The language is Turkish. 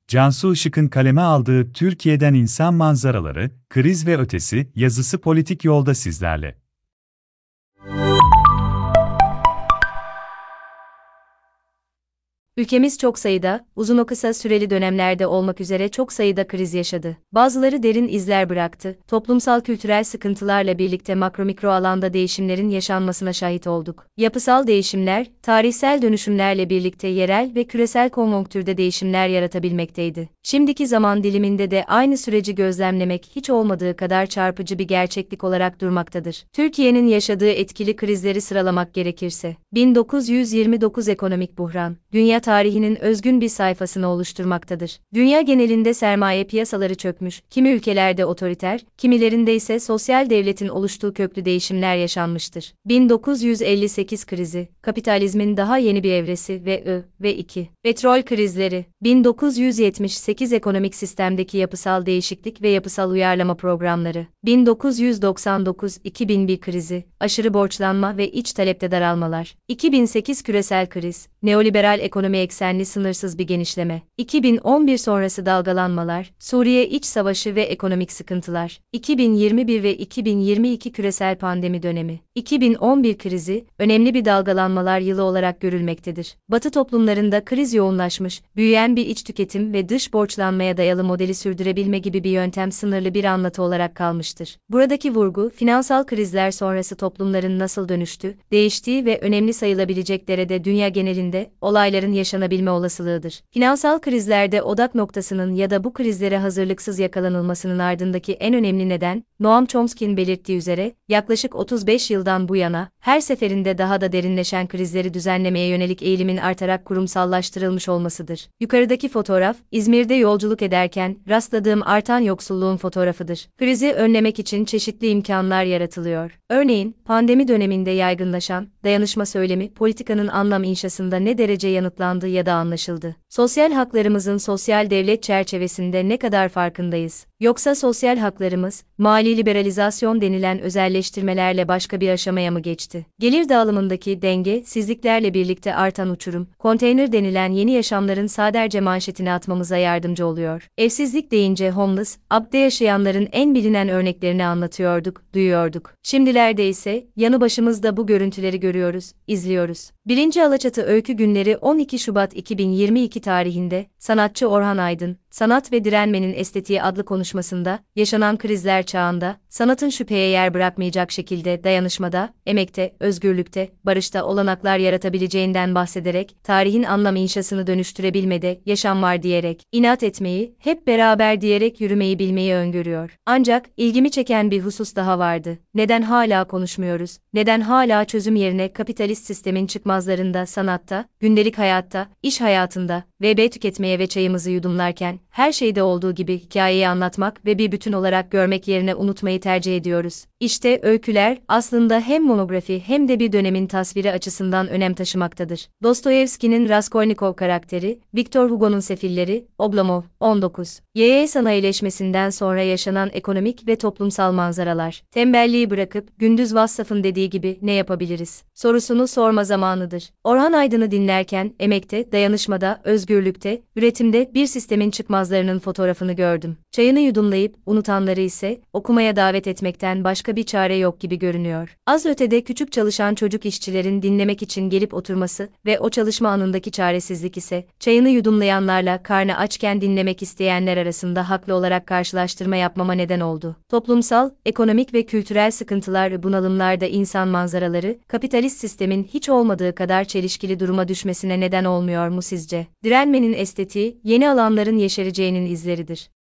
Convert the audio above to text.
Cansu Işık'ın kaleme aldığı Türkiye'den İnsan Manzaraları, Kriz ve Ötesi yazısı politik yolda sizlerle. Ülkemiz çok sayıda, uzun o kısa süreli dönemlerde olmak üzere çok sayıda kriz yaşadı. Bazıları derin izler bıraktı, toplumsal kültürel sıkıntılarla birlikte makro mikro alanda değişimlerin yaşanmasına şahit olduk. Yapısal değişimler, tarihsel dönüşümlerle birlikte yerel ve küresel konjonktürde değişimler yaratabilmekteydi. Şimdiki zaman diliminde de aynı süreci gözlemlemek hiç olmadığı kadar çarpıcı bir gerçeklik olarak durmaktadır. Türkiye'nin yaşadığı etkili krizleri sıralamak gerekirse, 1929 ekonomik buhran, dünya tarihinin özgün bir sayfasını oluşturmaktadır. Dünya genelinde sermaye piyasaları çökmüş, kimi ülkelerde otoriter, kimilerinde ise sosyal devletin oluştuğu köklü değişimler yaşanmıştır. 1958 krizi, kapitalizmin daha yeni bir evresi ve 2. Petrol krizleri, 1978 ekonomik sistemdeki yapısal değişiklik ve yapısal uyarlama programları, 1999-2001 krizi, aşırı borçlanma ve iç talepte daralmalar, 2008 küresel kriz, neoliberal ekonomi eksenli sınırsız bir genişleme, 2011 sonrası dalgalanmalar, Suriye iç savaşı ve ekonomik sıkıntılar, 2021 ve 2022 küresel pandemi dönemi, 2011 krizi, önemli bir dalgalanmalar yılı olarak görülmektedir. Batı toplumlarında kriz yoğunlaşmış, büyüyen bir iç tüketim ve dış borçlanmaya dayalı modeli sürdürebilme gibi bir yöntem sınırlı bir anlatı olarak kalmıştır. Buradaki vurgu, finansal krizler sonrası toplumların nasıl dönüştü, değiştiği ve önemli sayılabilecek derecede dünya genelinde olayların yaşanabilme olasılığıdır. Finansal krizlerde odak noktasının ya da bu krizlere hazırlıksız yakalanılmasının ardındaki en önemli neden, Noam Chomsky'nin belirttiği üzere, yaklaşık 35 yıldan bu yana, her seferinde daha da derinleşen krizleri düzenlemeye yönelik eğilimin artarak kurumsallaştırılmış olmasıdır. Yukarıdaki fotoğraf, İzmir'de yolculuk ederken rastladığım artan yoksulluğun fotoğrafıdır. Krizi önlemek için çeşitli imkanlar yaratılıyor. Örneğin, pandemi döneminde yaygınlaşan dayanışma söylemi politikanın anlam inşasında ne derece yanıtlandı ya da anlaşıldı. Sosyal haklarımızın sosyal devlet çerçevesinde ne kadar farkındayız? Yoksa sosyal haklarımız, mali liberalizasyon denilen özelleştirmelerle başka bir aşamaya mı geçti? Gelir dağılımındaki dengesizliklerle birlikte artan uçurum, konteyner denilen yeni yaşamların sadece manşetine atmamıza yardımcı oluyor. Evsizlik deyince homeless, abde yaşayanların en bilinen örneklerini anlatıyorduk, duyuyorduk. Şimdilerde ise, yanı başımızda bu görüntüleri görüyoruz, izliyoruz. 1. Alaçatı Öykü Günleri 12 Şubat 2022 tarihinde, sanatçı Orhan Aydın, Sanat ve Direnmenin Estetiği adlı konuşmasında, yaşanan krizler çağında, sanatın şüpheye yer bırakmayacak şekilde dayanışmada, emekte, özgürlükte, barışta olanaklar yaratabileceğinden bahsederek, tarihin anlam inşasını dönüştürebilmede yaşam var diyerek, inat etmeyi, hep beraber diyerek yürümeyi bilmeyi öngörüyor. Ancak, ilgimi çeken bir husus daha vardı. Neden hala konuşmuyoruz? Neden hala çözüm yerine kapitalist sistemin çıkmazlarında, sanatta, gündelik hayatta, iş hayatında ve tüketmeye ve çayımızı yudumlarken, her şeyde olduğu gibi hikayeyi anlatmak ve bir bütün olarak görmek yerine unutmayı tercih ediyoruz. İşte öyküler, aslında hem monografi hem de bir dönemin tasviri açısından önem taşımaktadır. Dostoyevski'nin Raskolnikov karakteri, Victor Hugo'nun Sefilleri, Oblomov, 19. Y.Y. sanayileşmesinden sonra yaşanan ekonomik ve toplumsal manzaralar. Tembelliği bırakıp, Gündüz Vassaf'ın dediği gibi, ne yapabiliriz? Sorusunu sorma zamanıdır. Orhan Aydın'ı dinlerken, emekte, dayanışmada, özgürlükte, üretimde bir sistemin çıkmazlarının fotoğrafını gördüm. Çayını yudumlayıp, unutanları ise, okumaya davet etmekten başka bir çare yok gibi görünüyor. Az ötede küçük çalışan çocuk işçilerin dinlemek için gelip oturması ve o çalışma anındaki çaresizlik ise, çayını yudumlayanlarla karnı açken dinlemek isteyenler arasında haklı olarak karşılaştırma yapmama neden oldu. Toplumsal, ekonomik ve kültürel sıkıntılar ve bunalımlarda insan manzaraları, kapitalist sistemin hiç olmadığı kadar çelişkili duruma düşmesine neden olmuyor mu sizce? Direnmenin estetiği, yeni alanların yeşereceğinin izleridir.